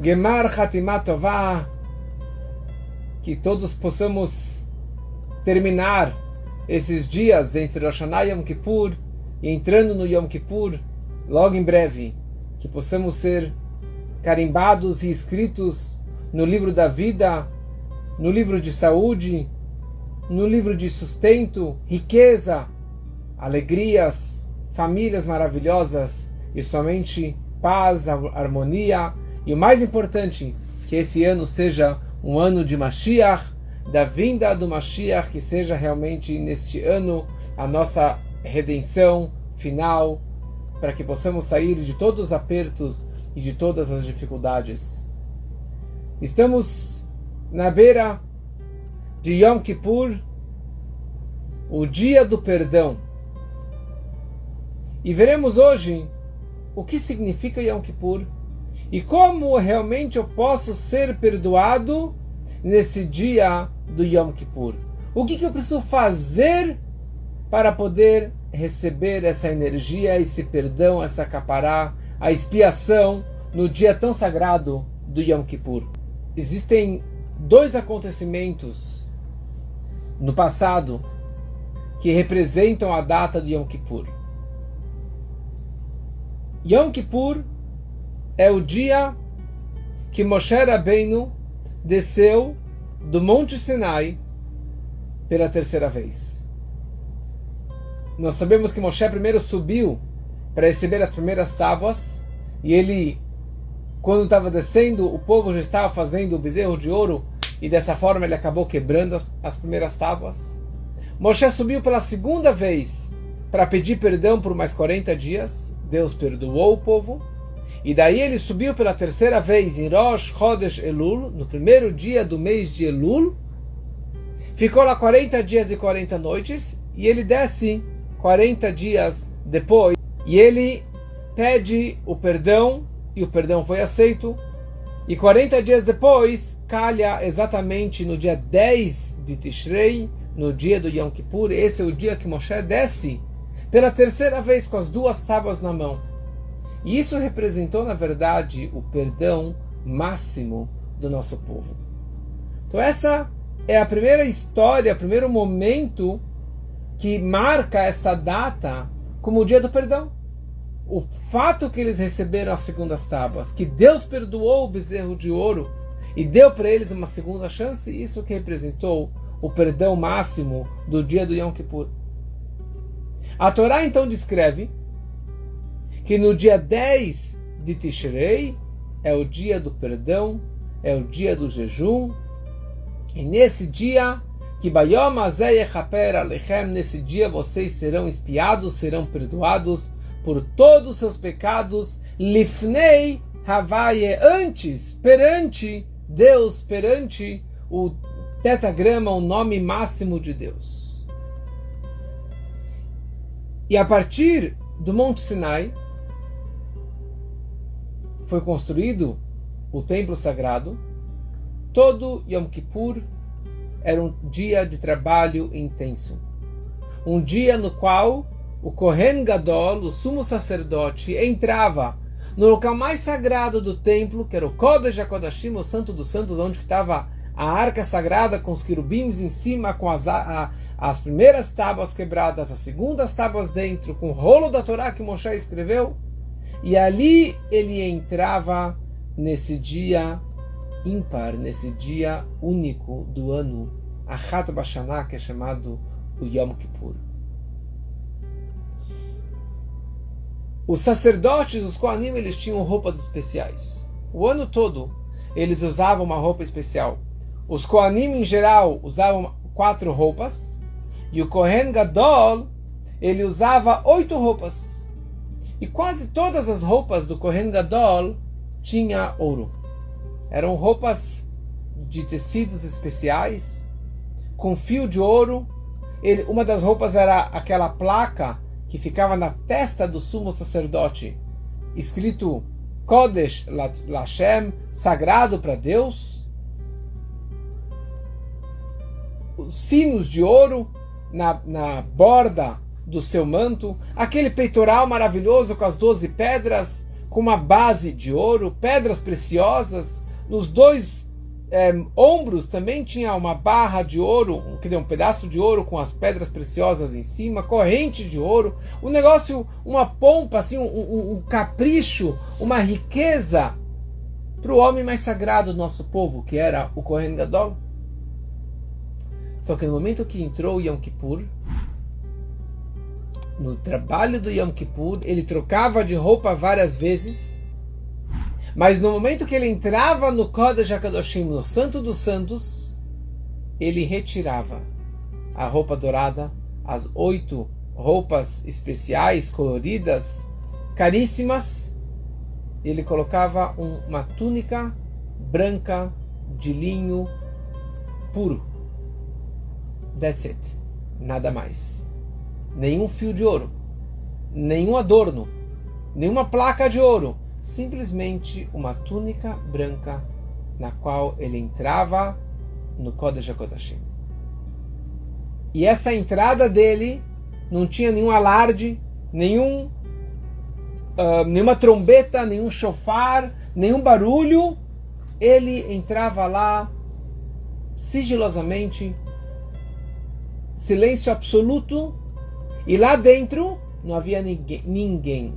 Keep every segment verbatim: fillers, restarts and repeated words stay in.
Gemar Hatimat Tová, que todos possamos terminar esses dias entre Rosh Hashanah e Yom Kippur, e entrando no Yom Kippur, logo em breve, que possamos ser carimbados e escritos no livro da vida, no livro de saúde, no livro de sustento, riqueza, alegrias, famílias maravilhosas e somente paz, harmonia. E o mais importante, que esse ano seja um ano de Mashiach, da vinda do Mashiach, que seja realmente neste ano a nossa redenção final, para que possamos sair de todos os apertos e de todas as dificuldades. Estamos na beira de Yom Kippur, o dia do perdão. E veremos hoje o que significa Yom Kippur e como realmente eu posso ser perdoado nesse dia do Yom Kippur. O que, que eu preciso fazer para poder receber essa energia, esse perdão, essa capará, a expiação no dia tão sagrado do Yom Kippur. Existem dois acontecimentos no passado que representam a data do Yom Kippur. Yom Kippur é o dia que Moshe Rabbeinu desceu do Monte Sinai pela terceira vez. Nós sabemos que Moshe primeiro subiu para receber as primeiras tábuas, e ele, quando estava descendo, o povo já estava fazendo o bezerro de ouro, e dessa forma ele acabou quebrando as, as primeiras tábuas. Moshe subiu pela segunda vez para pedir perdão por mais quarenta dias. Deus perdoou o povo. E daí ele subiu pela terceira vez em Rosh Chodesh Elul, no primeiro dia do mês de Elul. Ficou lá quarenta dias e quarenta noites. E ele desce quarenta dias depois. E ele pede o perdão. E o perdão foi aceito. E quarenta dias depois, calha exatamente no dia dez de Tishrei, no dia do Yom Kippur. Esse é o dia que Moshe desce pela terceira vez com as duas tábuas na mão. E isso representou, na verdade, o perdão máximo do nosso povo. Então essa é a primeira história, o primeiro momento que marca essa data como o dia do perdão. O fato que eles receberam as segundas tábuas, que Deus perdoou o bezerro de ouro e deu para eles uma segunda chance, isso que representou o perdão máximo do dia do Yom Kippur. A Torá então descreve que no dia dez de Tishrei é o dia do perdão, é o dia do jejum, e nesse dia, que Bayom Hazeh Yechaper Alechem, nesse dia vocês serão expiados, serão perdoados por todos os seus pecados, Lifnei Havaye, antes, perante Deus, perante o tetagrama, o nome máximo de Deus. E a partir do Monte Sinai foi construído o templo sagrado. Todo Yom Kippur era um dia de trabalho intenso. Um dia no qual o Kohen Gadol, o sumo sacerdote, entrava no local mais sagrado do templo, que era o Kodesh HaKodashim, o Santo dos Santos, onde estava a arca sagrada com os querubins em cima, com as, a, as primeiras tábuas quebradas, as segundas tábuas dentro, com o rolo da Torá que Moshe escreveu. E ali ele entrava nesse dia ímpar, nesse dia único do ano, Achat Bashanah, que é chamado o Yom Kippur. Os sacerdotes, os Kohanim, eles tinham roupas especiais. O ano todo eles usavam uma roupa especial. Os Kohanim em geral usavam quatro roupas, e o Kohen Gadol ele usava oito roupas. E quase todas as roupas do Kohen Gadol tinha ouro. Eram roupas de tecidos especiais, com fio de ouro. Ele, uma das roupas era aquela placa que ficava na testa do sumo sacerdote, escrito Kodesh Lashem, sagrado para Deus. Os sinos de ouro na, na borda do seu manto, aquele peitoral maravilhoso com as doze pedras, com uma base de ouro, pedras preciosas. Nos dois é, ombros também tinha uma barra de ouro, um, quer dizer, um pedaço de ouro com as pedras preciosas em cima, corrente de ouro. Um negócio, uma pompa, assim, um, um, um capricho, uma riqueza para o homem mais sagrado do nosso povo, que era o Kohen Gadol. Só que no momento que entrou o Yom Kippur, no trabalho do Yom Kippur, ele trocava de roupa várias vezes, mas no momento que ele entrava no Kodesh HaKadoshim, no Santo dos Santos, ele retirava a roupa dourada, as oito roupas especiais, coloridas, caríssimas, e ele colocava um, uma túnica branca de linho puro. That's it. Nada mais. Nenhum fio de ouro, nenhum adorno, nenhuma placa de ouro, simplesmente uma túnica branca na qual ele entrava no Kodesh HaKodashim. E essa entrada dele não tinha nenhum alarde, nenhum, uh, nenhuma trombeta, nenhum shofar, nenhum barulho. Ele entrava lá sigilosamente, silêncio absoluto. E lá dentro não havia ninguém. Ninguém.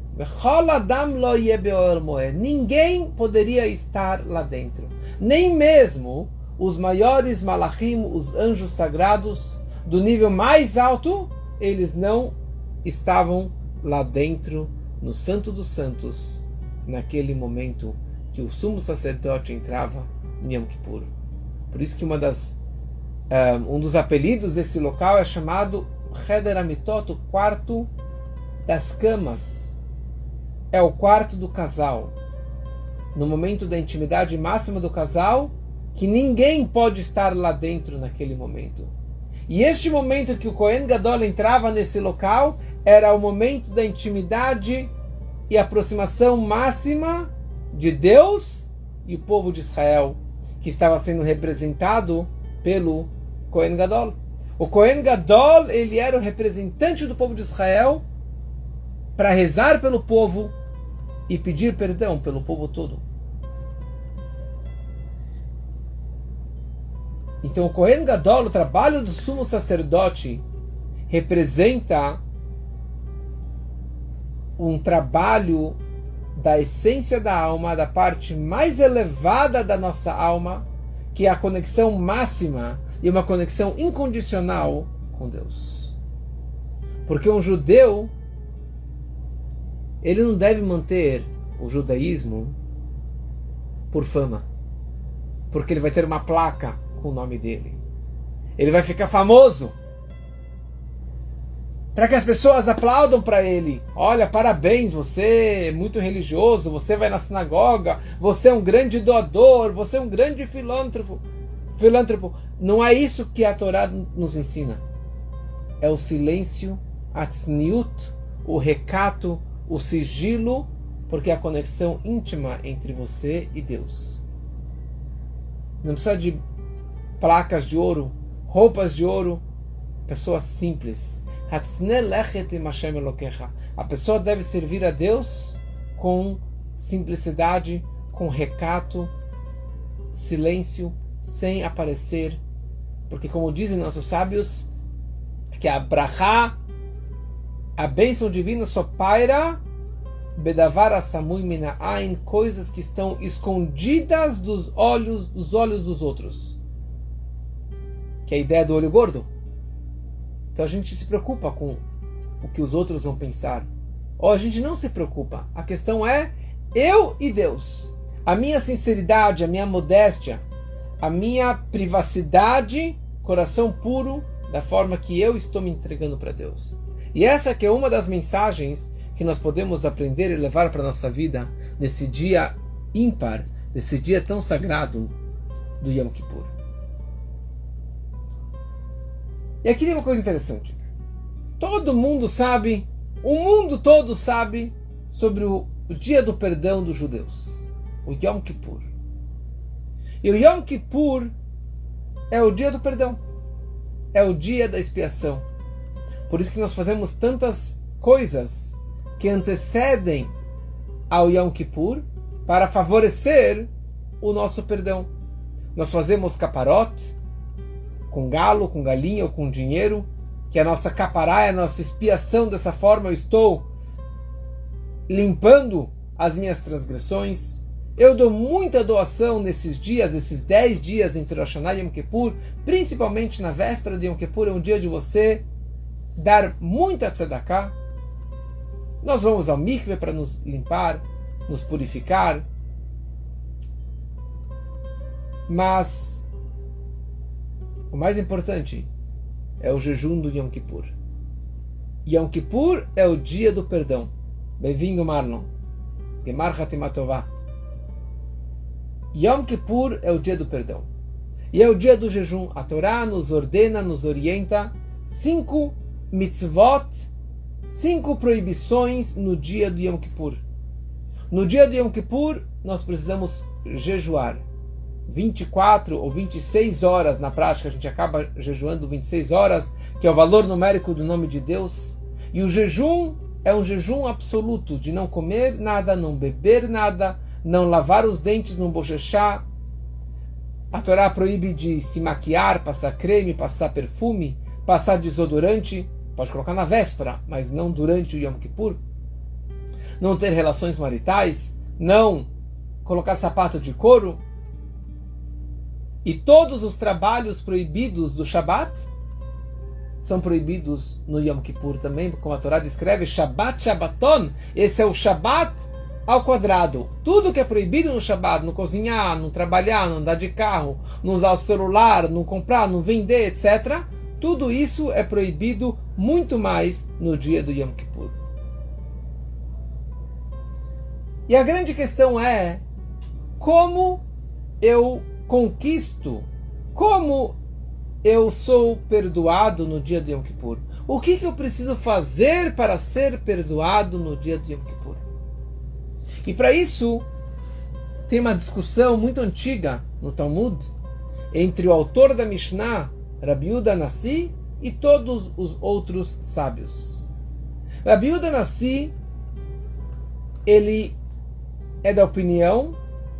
Ninguém poderia estar lá dentro. Nem mesmo os maiores malachim, os anjos sagrados do nível mais alto, eles não estavam lá dentro, no Santo dos Santos, naquele momento que o sumo sacerdote entrava em Yom Kippur. Por isso que uma das, um dos apelidos desse local é chamado Cheder Amitot, o quarto das camas. É o quarto do casal. No momento da intimidade máxima do casal, que ninguém pode estar lá dentro naquele momento. E este momento que o Kohen Gadol entrava nesse local era o momento da intimidade e aproximação máxima de Deus e o povo de Israel, que estava sendo representado pelo Kohen Gadol. O Kohen Gadol, ele era o representante do povo de Israel para rezar pelo povo e pedir perdão pelo povo todo. Então o Kohen Gadol, o trabalho do sumo sacerdote, representa um trabalho da essência da alma, da parte mais elevada da nossa alma, que é a conexão máxima e uma conexão incondicional com Deus. Porque um judeu, ele não deve manter o judaísmo por fama, porque ele vai ter uma placa com o nome dele. Ele vai ficar famoso para que as pessoas aplaudam para ele. Olha, parabéns, você é muito religioso, você vai na sinagoga, você é um grande doador, você é um grande filântropo. Filântropo. Não é isso que a Torá nos ensina. É o silêncio, a tzniut, o recato, o sigilo, porque é a conexão íntima entre você e Deus. Não precisa de placas de ouro, roupas de ouro, pessoas simples. A pessoa deve servir a Deus com simplicidade, com recato, silêncio, sem aparecer, porque como dizem nossos sábios, que a brachá, a bênção divina só paira bedavar asamui mina'ain, coisas que estão escondidas dos olhos, dos olhos dos outros, que é a ideia do olho gordo. Então a gente se preocupa com o que os outros vão pensar, ou a gente não se preocupa. A questão é eu e Deus, a minha sinceridade, a minha modéstia, a minha privacidade, coração puro, da forma que eu estou me entregando para Deus. E essa que é uma das mensagens que nós podemos aprender e levar para a nossa vida nesse dia ímpar, nesse dia tão sagrado do Yom Kippur. E aqui tem uma coisa interessante. Todo mundo sabe, o mundo todo sabe sobre o, o dia do perdão dos judeus, o Yom Kippur. E o Yom Kippur é o dia do perdão, é o dia da expiação. Por isso que nós fazemos tantas coisas que antecedem ao Yom Kippur para favorecer o nosso perdão. Nós fazemos caparote com galo, com galinha ou com dinheiro, que é a nossa capará, é a nossa expiação. Dessa forma eu estou limpando as minhas transgressões. Eu dou muita doação nesses dias, esses dez dias entre Rosh Hashanah e Yom Kippur, principalmente na véspera de Yom Kippur, é um dia de você dar muita tzedakah. Nós vamos ao mikveh para nos limpar, nos purificar. Mas o mais importante é o jejum do Yom Kippur. Yom Kippur é o dia do perdão. Bem-vindo, Marlon. Gemar Hatimah Tová. Yom Kippur é o dia do perdão. E é o dia do jejum. A Torá nos ordena, nos orienta cinco mitzvot, cinco proibições no dia do Yom Kippur. No dia do Yom Kippur, nós precisamos jejuar. vinte e quatro ou vinte e seis horas, na prática a gente acaba jejuando vinte e seis horas, que é o valor numérico do nome de Deus. E o jejum é um jejum absoluto, de não comer nada, não beber nada, não lavar os dentes, não bochechar. A Torá proíbe de se maquiar, passar creme, passar perfume, passar desodorante. Pode colocar na véspera, mas não durante o Yom Kippur. Não ter relações maritais, não colocar sapato de couro. E todos os trabalhos proibidos do Shabat são proibidos no Yom Kippur também, como a Torá descreve, Shabbat Shabbaton. Esse é o Shabat ao quadrado. Tudo que é proibido no Shabat, não cozinhar, não trabalhar, não andar de carro, não usar o celular, não comprar, não vender, etcétera, tudo isso é proibido muito mais no dia do Yom Kippur. E a grande questão é como eu conquisto, como eu sou perdoado no dia do Yom Kippur. O que, que eu preciso fazer para ser perdoado no dia do Yom Kippur? E para isso, tem uma discussão muito antiga no Talmud entre o autor da Mishnah, Rabi Yehuda Nassi, e todos os outros sábios. Rabi Yehuda Nassi, ele é da opinião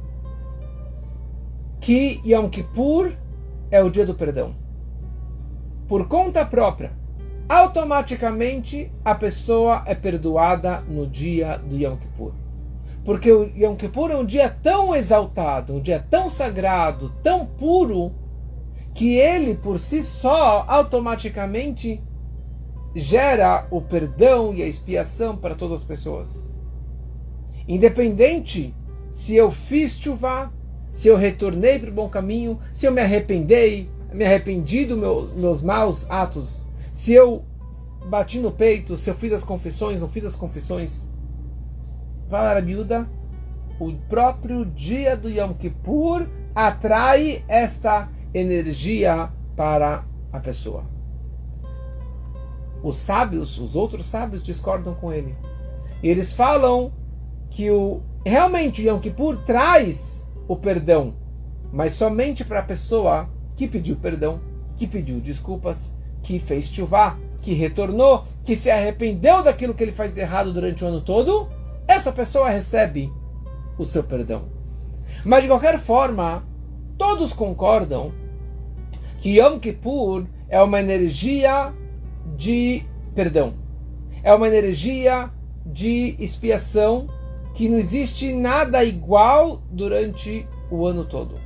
que Yom Kippur é o dia do perdão. Por conta própria, automaticamente a pessoa é perdoada no dia do Yom Kippur. Porque o Yom Kippur é um dia tão exaltado, um dia tão sagrado, tão puro, que ele por si só automaticamente gera o perdão e a expiação para todas as pessoas. Independente se eu fiz chuvá, se eu retornei para o bom caminho, se eu me arrependei, me arrependi dos meu, meus maus atos, se eu bati no peito, se eu fiz as confissões, não fiz as confissões. Fala Rabi Yehuda, o próprio dia do Yom Kippur atrai esta energia para a pessoa. Os sábios, os outros sábios discordam com ele. E eles falam que o, realmente o Yom Kippur traz o perdão, mas somente para a pessoa que pediu perdão, que pediu desculpas, que fez chuvá, que retornou, que se arrependeu daquilo que ele faz de errado durante o ano todo. Essa pessoa recebe o seu perdão. Mas de qualquer forma, todos concordam que Yom Kippur é uma energia de perdão, é uma energia de expiação, que não existe nada igual durante o ano todo.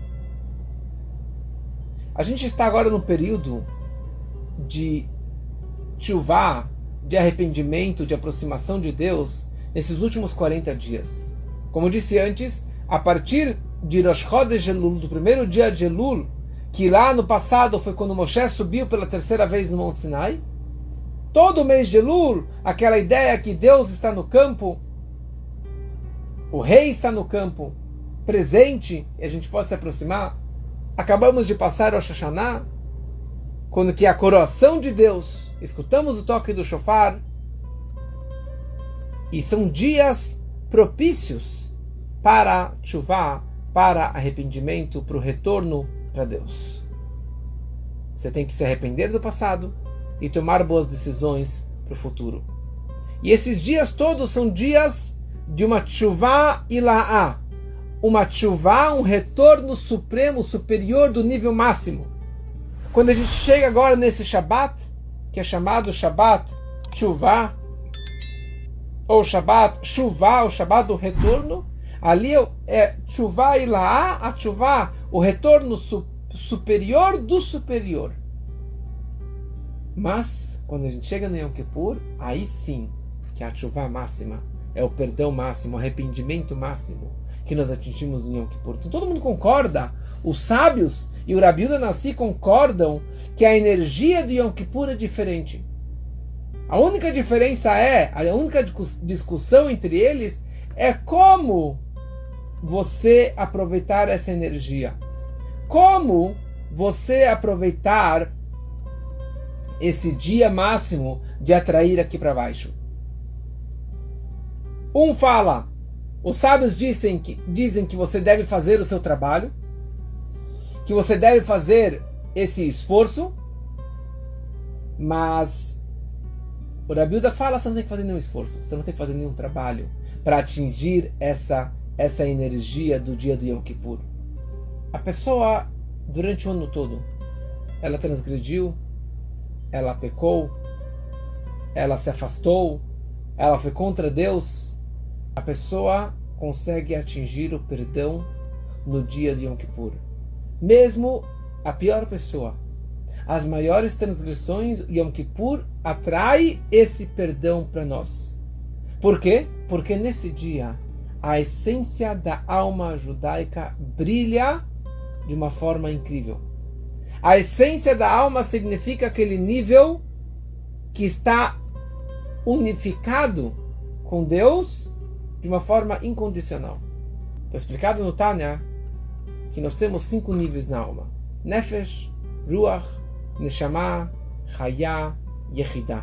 A gente está agora no período de chuvá, de arrependimento, de aproximação de Deus, nesses últimos quarenta dias. Como disse antes, a partir de Rosh Chodesh Elul, do primeiro dia de Elul, que lá no passado foi quando Moshe subiu pela terceira vez no Monte Sinai, todo mês de Elul, aquela ideia que Deus está no campo, o rei está no campo, presente, e a gente pode se aproximar. Acabamos de passar Rosh Hashanah, quando que a coroação de Deus, escutamos o toque do shofar, e são dias propícios para chuvá, para arrependimento, para o retorno para Deus. Você tem que se arrepender do passado e tomar boas decisões para o futuro. E esses dias todos são dias de uma tchuvá ilaá, uma tchuvá, um retorno supremo, superior do nível máximo. Quando a gente chega agora nesse Shabat, que é chamado Shabat Tchuvá, ou Shabat Shuvá, o Shabat do retorno, ali é Tchuvá ilaá, a tchuvá, o retorno su superior do superior. Mas, quando a gente chega no Yom Kippur, aí sim, que é a tchuvá máxima, é o perdão máximo, o arrependimento máximo, que nós atingimos no Yom Kippur. Então todo mundo concorda, os sábios e o Rabi Yehuda Nassi concordam que a energia do Yom Kippur é diferente. A única diferença é, a única discussão entre eles é como você aproveitar essa energia. Como você aproveitar esse dia máximo de atrair aqui para baixo. Um fala, os sábios dizem que, dizem que você deve fazer o seu trabalho, que você deve fazer esse esforço, mas o Rabi Yehuda fala, você não tem que fazer nenhum esforço, você não tem que fazer nenhum trabalho para atingir essa, essa energia do dia do Yom Kippur. A pessoa, durante o ano todo, ela transgrediu, ela pecou, ela se afastou, ela foi contra Deus. A pessoa consegue atingir o perdão no dia de Yom Kippur. Mesmo a pior pessoa, as maiores transgressões, Yom Kippur atrai esse perdão para nós. Por quê? Porque nesse dia a essência da alma judaica brilha de uma forma incrível. A essência da alma significa aquele nível que está unificado com Deus de uma forma incondicional. Está explicado no Tânia que nós temos cinco níveis na alma: Nefesh, Ruach, Neshama, Hayah, Yehidah.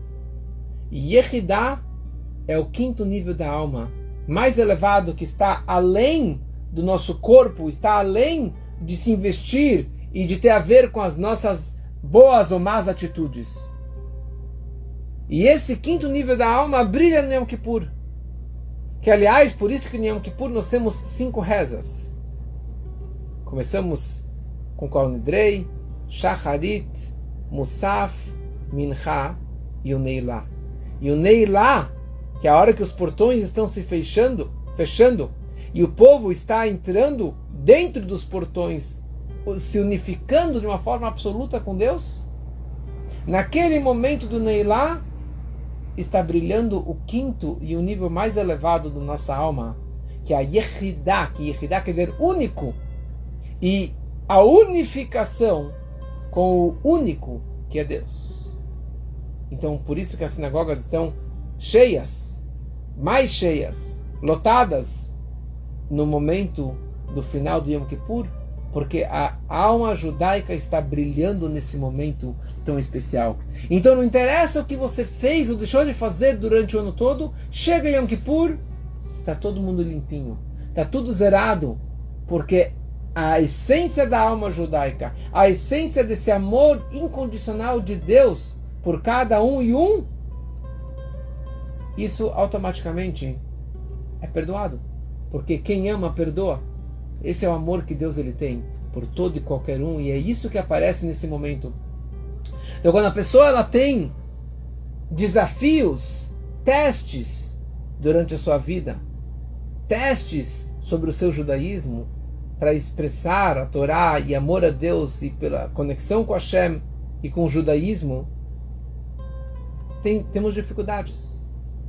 E Yehidah é o quinto nível da alma, mais elevado, que está além do nosso corpo, está além de se investir e de ter a ver com as nossas boas ou más atitudes. E esse quinto nível da alma brilha no Yom Kippur. Que, aliás, por isso que no Yom Kippur nós temos cinco rezas. Começamos com Kol Nidrei, Shacharit, Musaf, Mincha e o Neilá. E o Neilá, que é a hora que os portões estão se fechando, fechando e o povo está entrando dentro dos portões, se unificando de uma forma absoluta com Deus, naquele momento do Neilá está brilhando o quinto e o nível mais elevado da nossa alma, que é a Yehidah, que Yehidah quer dizer único, e a unificação com o único, que é Deus. Então, por isso que as sinagogas estão cheias, mais cheias, lotadas no momento do final do Yom Kippur, porque a alma judaica está brilhando nesse momento tão especial. Então não interessa o que você fez ou deixou de fazer durante o ano todo, chega Yom Kippur, está todo mundo limpinho, está tudo zerado, porque a essência da alma judaica, a essência desse amor incondicional de Deus por cada um e um, isso automaticamente é perdoado, porque quem ama perdoa. Esse é o amor que Deus ele tem por todo e qualquer um, e é isso que aparece nesse momento. Então, quando a pessoa ela tem desafios, testes durante a sua vida, testes sobre o seu judaísmo, para expressar a Torá e amor a Deus e pela conexão com Hashem e com o judaísmo, tem, temos dificuldades.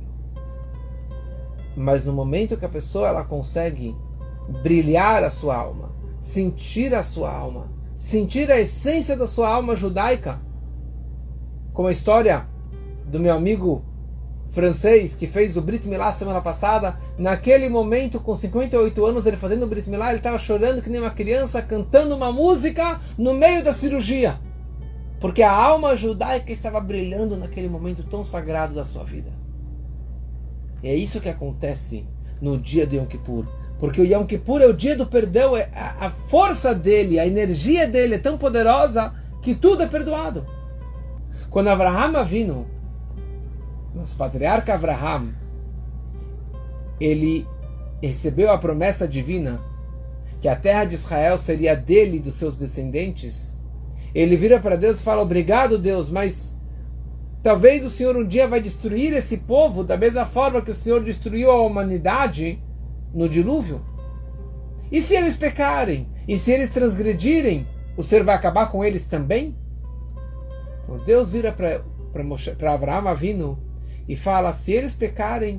Mas no momento que a pessoa ela consegue brilhar a sua alma, sentir a sua alma, sentir a essência da sua alma judaica, como a história do meu amigo francês que fez o Brit Milá semana passada. Naquele momento, com cinquenta e oito anos, ele fazendo o Brit Milá, ele estava chorando que nem uma criança, cantando uma música no meio da cirurgia, porque a alma judaica estava brilhando naquele momento tão sagrado da sua vida. E é isso que acontece no dia do Yom Kippur, porque o Yom Kippur é o dia do perdão, é a, a força dele, a energia dele é tão poderosa que tudo é perdoado. Quando Avraham Avinu, nosso patriarca Avraham, ele recebeu a promessa divina que a terra de Israel seria dele e dos seus descendentes, ele vira para Deus e fala: obrigado, Deus, mas talvez o Senhor um dia vai destruir esse povo da mesma forma que o Senhor destruiu a humanidade no dilúvio. E se eles pecarem? E se eles transgredirem? O Senhor vai acabar com eles também? Então Deus vira para Avraham Avinu e fala: se eles pecarem,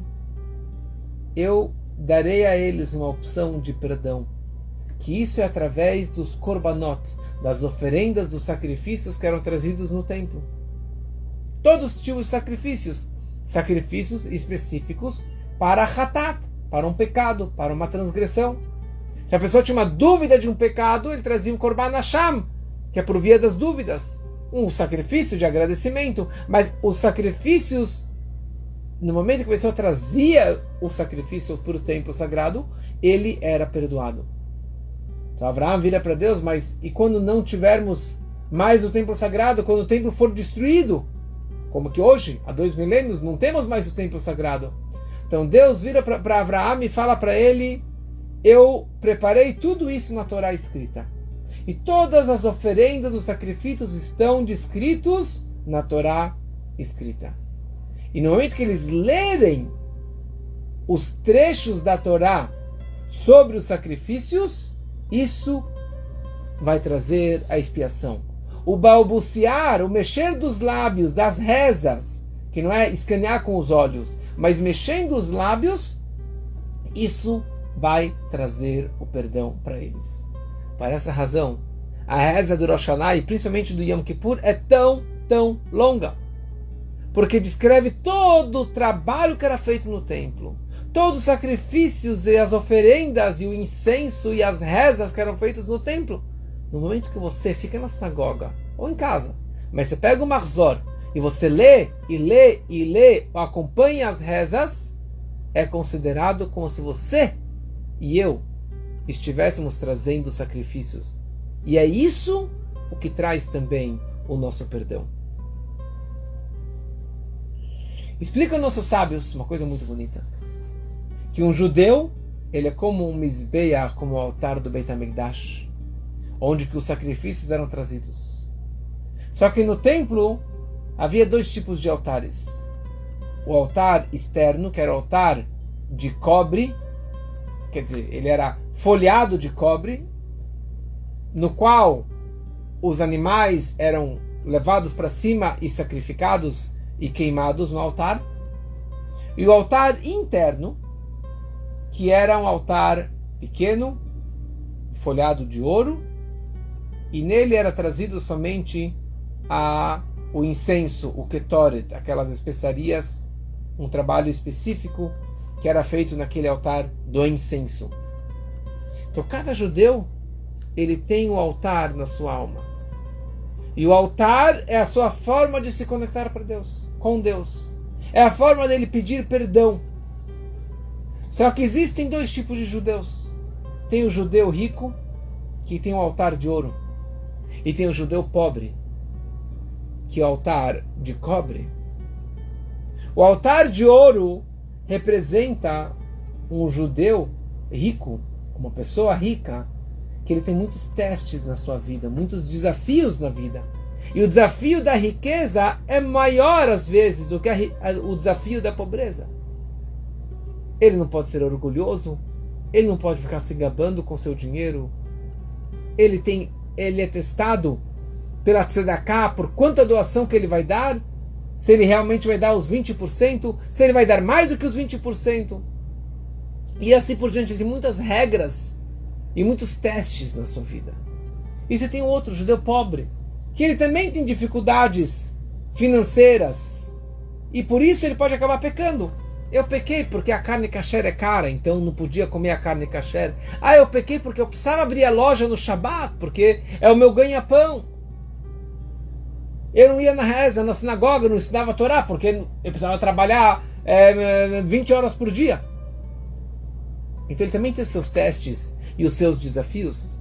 eu darei a eles uma opção de perdão. Que isso é através dos korbanot, das oferendas, dos sacrifícios que eram trazidos no templo. Todos os tipos de sacrifícios. Sacrifícios específicos para hatat, para um pecado, para uma transgressão. Se a pessoa tinha uma dúvida de um pecado, ele trazia um korban hasham, que é por via das dúvidas. Um sacrifício de agradecimento. Mas os sacrifícios, no momento que a pessoa trazia o sacrifício para o templo sagrado, ele era perdoado. Então Avraham vira para Deus: mas e quando não tivermos mais o templo sagrado, quando o templo for destruído? Como que hoje, há dois milênios, não temos mais o templo sagrado. Então Deus vira para Avraham e fala para ele: eu preparei tudo isso na Torá escrita. E todas as oferendas, os sacrifícios estão descritos na Torá escrita. E no momento que eles lerem os trechos da Torá sobre os sacrifícios, isso vai trazer a expiação. O balbuciar, o mexer dos lábios, das rezas, que não é escanear com os olhos, mas mexendo os lábios, isso vai trazer o perdão para eles. Por essa razão, a reza do Rosh Hashanah, e principalmente do Yom Kippur, é tão, tão longa. Porque descreve todo o trabalho que era feito no templo. Todos os sacrifícios e as oferendas e o incenso e as rezas que eram feitos no templo. No momento que você fica na sinagoga ou em casa, mas você pega o Marzor e você lê e lê e lê ou acompanha as rezas, é considerado como se você e eu estivéssemos trazendo sacrifícios. E é isso o que traz também o nosso perdão. Explica aos nossos sábios uma coisa muito bonita. Que um judeu, ele é como um mizbeach, como o altar do Beit HaMikdash, onde que os sacrifícios eram trazidos. Só que no templo havia dois tipos de altares. O altar externo, que era o altar de cobre, quer dizer, ele era folhado de cobre, no qual os animais eram levados para cima e sacrificados e queimados no altar. E o altar interno, que era um altar pequeno, folhado de ouro, e nele era trazido somente a, o incenso, o ketoret, aquelas especiarias, um trabalho específico que era feito naquele altar do incenso. Então cada judeu, ele tem um altar na sua alma. E o altar é a sua forma de se conectar para Deus, com Deus. É a forma dele pedir perdão. Só que existem dois tipos de judeus. Tem o judeu rico, que tem um altar de ouro. E tem o judeu pobre, que é o altar de cobre. O altar de ouro representa um judeu rico, uma pessoa rica, que ele tem muitos testes na sua vida, muitos desafios na vida. E o desafio da riqueza é maior às vezes do que a, o desafio da pobreza. Ele não pode ser orgulhoso, ele não pode ficar se gabando com seu dinheiro. Ele tem, ele é testado pela tzedakah, por quanta doação que ele vai dar, se ele realmente vai dar os vinte por cento, se ele vai dar mais do que os vinte por cento. E assim por diante, tem muitas regras e muitos testes na sua vida. E você tem um outro judeu pobre, que ele também tem dificuldades financeiras, e por isso ele pode acabar pecando. Eu pequei porque a carne kasher é cara, então não podia comer a carne kasher. Ah, eu pequei porque eu precisava abrir a loja no Shabat, porque é o meu ganha-pão. Eu não ia na reza, na sinagoga, não estudava a Torá, porque eu precisava trabalhar é, vinte horas por dia. Então ele também tem os seus testes e os seus desafios.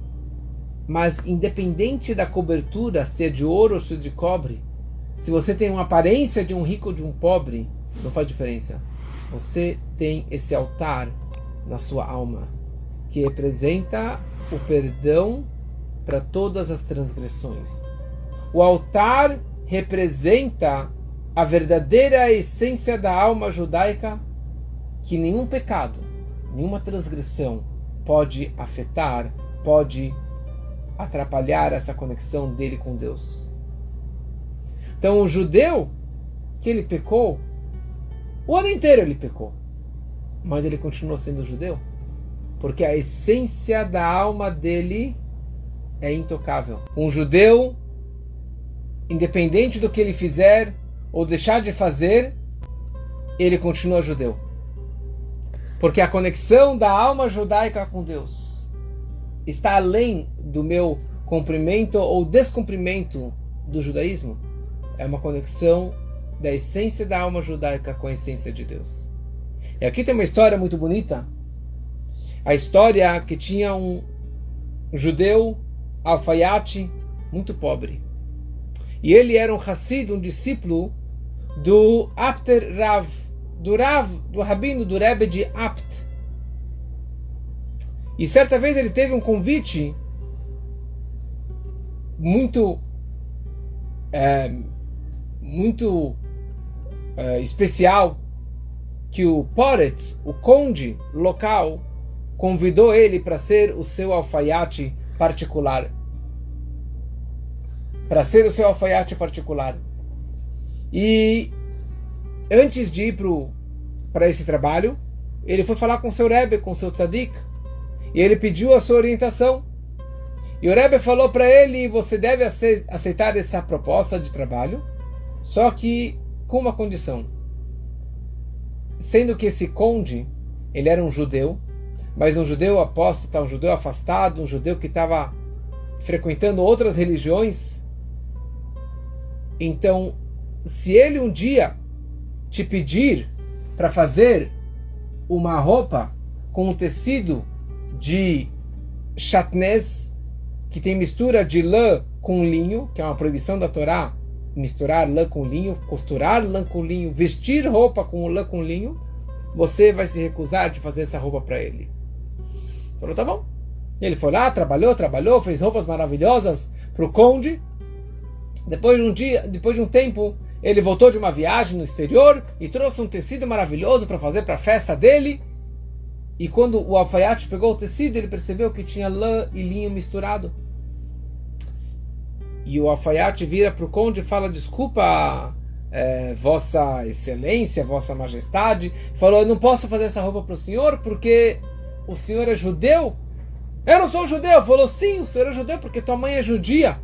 Mas independente da cobertura, se é de ouro ou se é de cobre, se você tem uma aparência de um rico ou de um pobre, não faz diferença. você tem esse altar na sua alma, que representa o perdão para todas as transgressões. O altar representa a verdadeira essência da alma judaica, que nenhum pecado, nenhuma transgressão pode afetar, pode atrapalhar essa conexão dele com Deus. Então o judeu, que ele pecou, o ano inteiro ele pecou, mas ele continua sendo judeu, porque a essência da alma dele é intocável. Um judeu, independente do que ele fizer ou deixar de fazer, ele continua judeu. Porque a conexão da alma judaica com Deus está além do meu cumprimento ou descumprimento do judaísmo. É uma conexão da essência da alma judaica com a essência de Deus. E aqui tem uma história muito bonita. A história que tinha um judeu alfaiate muito pobre. E ele era um Hassid, um discípulo do Apter Rav, do Rav, do Rabino, do Rebbe de Apt. E certa vez ele teve um convite muito é, muito é, especial, que o Poretz, o conde local, convidou ele para ser o seu alfaiate particular. Para ser o seu alfaiate particular. E antes de ir para esse trabalho, ele foi falar com o seu Rebbe, com o seu Tzadik, e ele pediu a sua orientação. E o Rebbe falou para ele: você deve aceitar essa proposta de trabalho, só que com uma condição. Sendo que esse conde, ele era um judeu, mas um judeu apóstata, um judeu afastado, um judeu que estava frequentando outras religiões. Então, se ele um dia te pedir para fazer uma roupa com um tecido de chatnez, que tem mistura de lã com linho, que é uma proibição da Torá, misturar lã com linho, costurar lã com linho, vestir roupa com lã com linho, você vai se recusar de fazer essa roupa para ele. Falou, tá bom. Ele foi lá, trabalhou, trabalhou, fez roupas maravilhosas para o conde. Depois de um dia, depois de um tempo, ele voltou de uma viagem no exterior e trouxe um tecido maravilhoso para fazer para a festa dele. E quando o alfaiate pegou o tecido, ele percebeu que tinha lã e linho misturado. E o alfaiate vira para o conde e fala: desculpa, é, vossa excelência, vossa majestade. Falou: eu não posso fazer essa roupa para o senhor porque o senhor é judeu. Eu não sou judeu. Falou: sim, o senhor é judeu porque tua mãe é judia.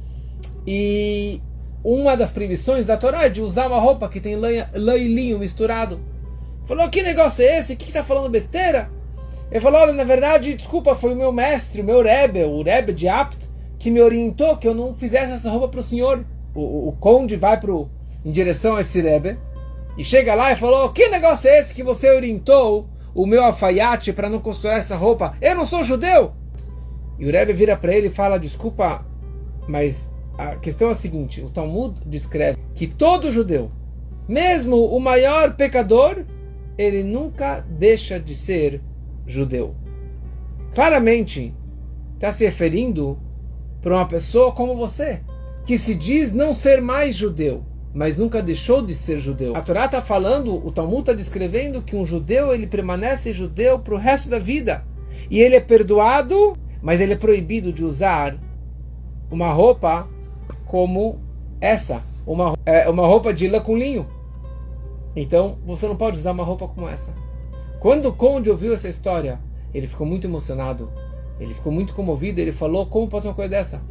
E uma das proibições da Torá é de usar uma roupa que tem lã, lã e linho misturado. Falou: que negócio é esse? O que você está falando besteira? Ele falou: olha, na verdade, desculpa, foi o meu mestre, o meu Rebbe, o Rebbe de Apt, que me orientou que eu não fizesse essa roupa para o senhor. O, o conde vai pro, em direção a esse Rebbe e chega lá e falou: que negócio é esse que você orientou o meu alfaiate para não costurar essa roupa? Eu não sou judeu. E o Rebbe vira para ele e fala: desculpa, mas a questão é a seguinte, o Talmud descreve que todo judeu, mesmo o maior pecador, ele nunca deixa de ser judeu. Claramente está se referindo para uma pessoa como você, que se diz não ser mais judeu, mas nunca deixou de ser judeu. A Torá está falando, o Talmud está descrevendo que um judeu, ele permanece judeu para o resto da vida. E ele é perdoado, mas ele é proibido de usar uma roupa como essa, uma, é, uma roupa de lã com linho. Então, você não pode usar uma roupa como essa. Quando o conde ouviu essa história, ele ficou muito emocionado. Ele ficou muito comovido. Ele falou: como pode ser uma coisa dessa?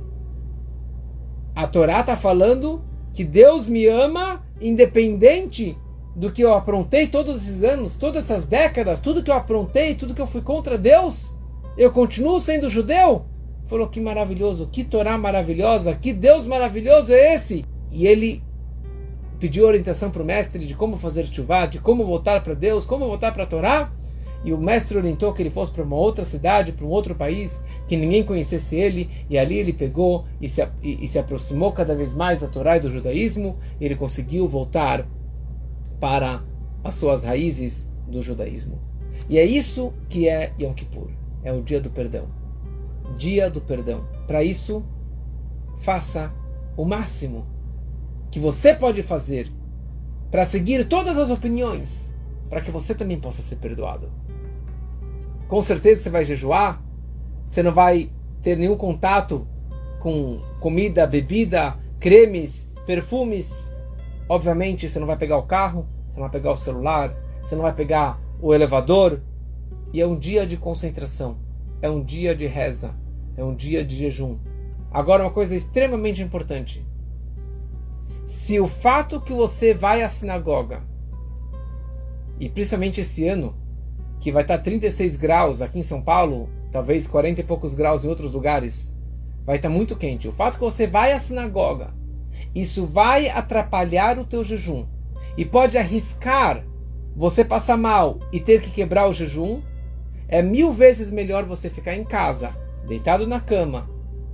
A Torá está falando que Deus me ama independente do que eu aprontei todos esses anos, todas essas décadas, tudo que eu aprontei, tudo que eu fui contra Deus. Eu continuo sendo judeu? Falou: que maravilhoso, que Torá maravilhosa, que Deus maravilhoso é esse? E ele pediu orientação para o mestre de como fazer tchuvá, de como voltar para Deus, como voltar para a Torá. E o mestre orientou que ele fosse para uma outra cidade, para um outro país, que ninguém conhecesse ele. E ali ele pegou e se, e, e se aproximou cada vez mais da Torá e do judaísmo. E ele conseguiu voltar para as suas raízes do judaísmo. E é isso que é Yom Kippur. É o dia do perdão. Dia do perdão. Para isso, faça o máximo que você pode fazer para seguir todas as opiniões, para que você também possa ser perdoado. Com certeza você vai jejuar, você não vai ter nenhum contato com comida, bebida, cremes, perfumes. Obviamente você não vai pegar o carro, você não vai pegar o celular, você não vai pegar o elevador. E é um dia de concentração, é um dia de reza, é um dia de jejum. Agora, uma coisa extremamente importante: se o fato que você vai à sinagoga, e principalmente esse ano, que vai estar trinta e seis graus aqui em São Paulo, talvez quarenta e poucos graus em outros lugares, vai estar muito quente. O fato que você vai à sinagoga, isso vai atrapalhar o teu jejum e pode arriscar você passar mal e ter que quebrar o jejum. É mil vezes melhor você ficar em casa, deitado na cama,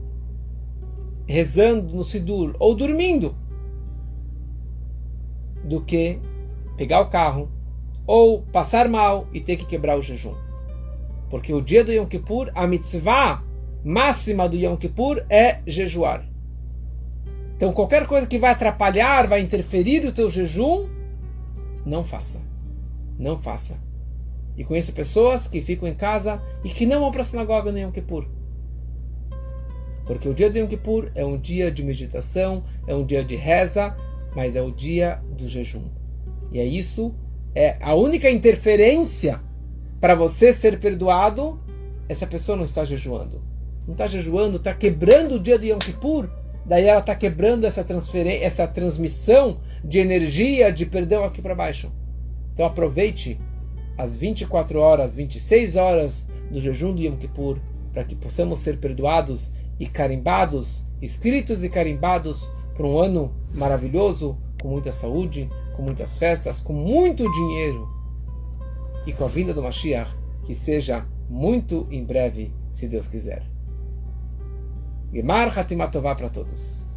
rezando no Sidur ou dormindo, do que pegar o carro ou passar mal e ter que quebrar o jejum. Porque o dia do Yom Kippur, a mitzvah máxima do Yom Kippur é jejuar. Então qualquer coisa que vai atrapalhar, vai interferir no teu jejum, não faça. Não faça. E conheço pessoas que ficam em casa e que não vão para a sinagoga no Yom Kippur. Porque o dia do Yom Kippur é um dia de meditação, é um dia de reza, mas é o dia do jejum. E é isso, é a única interferência para você ser perdoado. Essa pessoa não está jejuando. Não está jejuando, está quebrando o dia do Yom Kippur. Daí ela está quebrando essa transferência, essa transmissão de energia, de perdão aqui para baixo. Então aproveite as vinte e quatro horas, vinte e seis horas do jejum do Yom Kippur, para que possamos ser perdoados e carimbados, escritos e carimbados por um ano maravilhoso, com muita saúde, com muitas festas, com muito dinheiro e com a vinda do Mashiach, que seja muito em breve, se Deus quiser. Gemar Hatimat Tová para todos.